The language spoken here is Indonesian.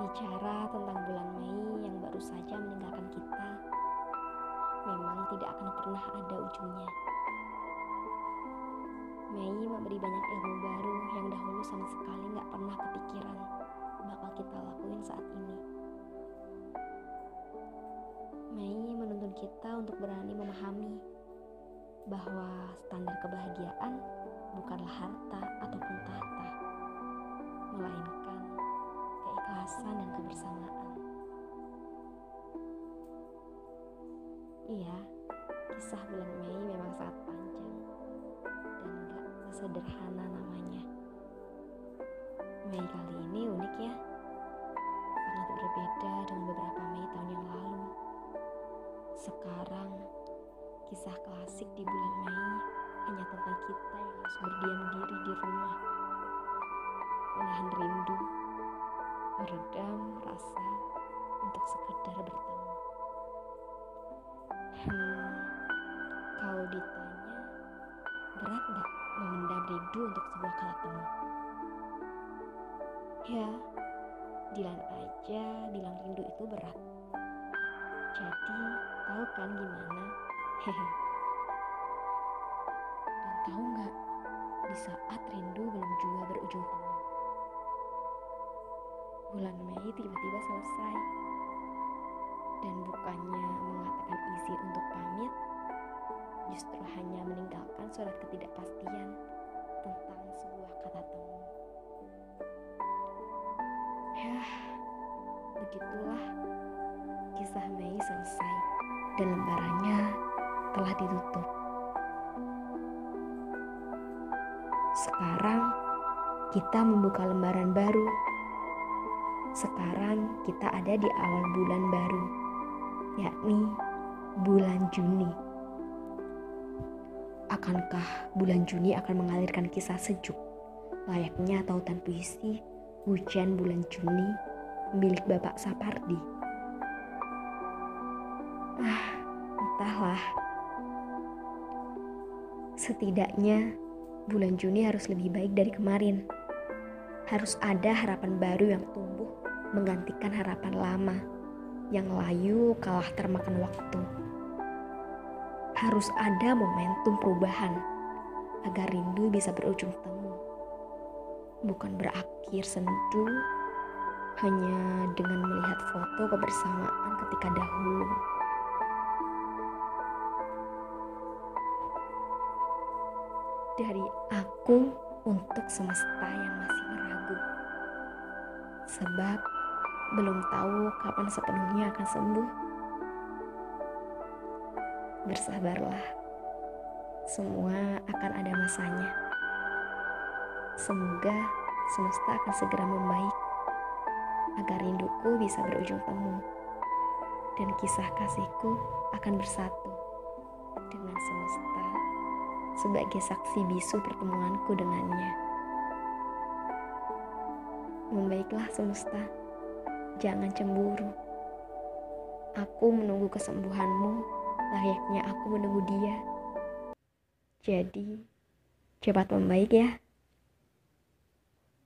Bicara tentang bulan Mei yang baru saja meninggalkan kita, memang tidak akan pernah ada ujungnya. Mei memberi banyak ilmu baru yang dahulu sama sekali gak pernah kepikiran bakal kita lakuin saat ini. Mei menuntun kita untuk berani memahami bahwa standar kebahagiaan bukanlah harta ataupun tahta, melainkan keikhlasan dan kebersamaan. Iya, kisah bulan Mei memang sangat panjang dan gak sesederhana namanya. Mei kali ini unik ya, sangat berbeda dengan beberapa Mei tahun yang lalu. Sekarang, kisah klasik di bulan Mei hanya tentang kita yang harus berdiam diri di rumah, menahan rindu, meredam rasa untuk sekedar bertemu. Kalau ditanya, berat gak memendam rindu untuk sebuah kala temu? Ya, Dilan aja bilang rindu itu berat. Jadi, tahu kan gimana? Hehe. Dan tahu gak, di saat rindu belum juga berujung temu, bulan Mei tiba-tiba selesai. Dan bukannya mengatakan izin untuk pamit, justru hanya meninggalkan surat ketidakpastian tentang sebuah kata temu. Yah, begitulah kisah Mei selesai dan lembarannya telah ditutup. Sekarang kita membuka lembaran baru. Sekarang kita ada di awal bulan baru, yakni bulan Juni. Akankah bulan Juni akan mengalirkan kisah sejuk layaknya tautan puisi Hujan Bulan Juni milik Bapak Sapardi? Entahlah. Setidaknya bulan Juni harus lebih baik dari kemarin. Harus ada harapan baru yang tumbuh menggantikan harapan lama yang layu kalah termakan waktu. Harus ada momentum perubahan agar rindu bisa berujung temu, bukan berakhir sendu hanya dengan melihat foto kebersamaan ketika dahulu. Dari aku untuk semesta yang masih meragu, sebab belum tahu kapan sepenuhnya akan sembuh. Bersabarlah, semua akan ada masanya. Semoga semesta akan segera membaik agar rinduku bisa berujung temu dan kisah kasihku akan bersatu dengan semesta sebagai saksi bisu pertemuanku dengannya. Membaiklah semesta, jangan cemburu. Aku menunggu kesembuhanmu layaknya aku menunggu dia. Jadi, cepat membaik ya.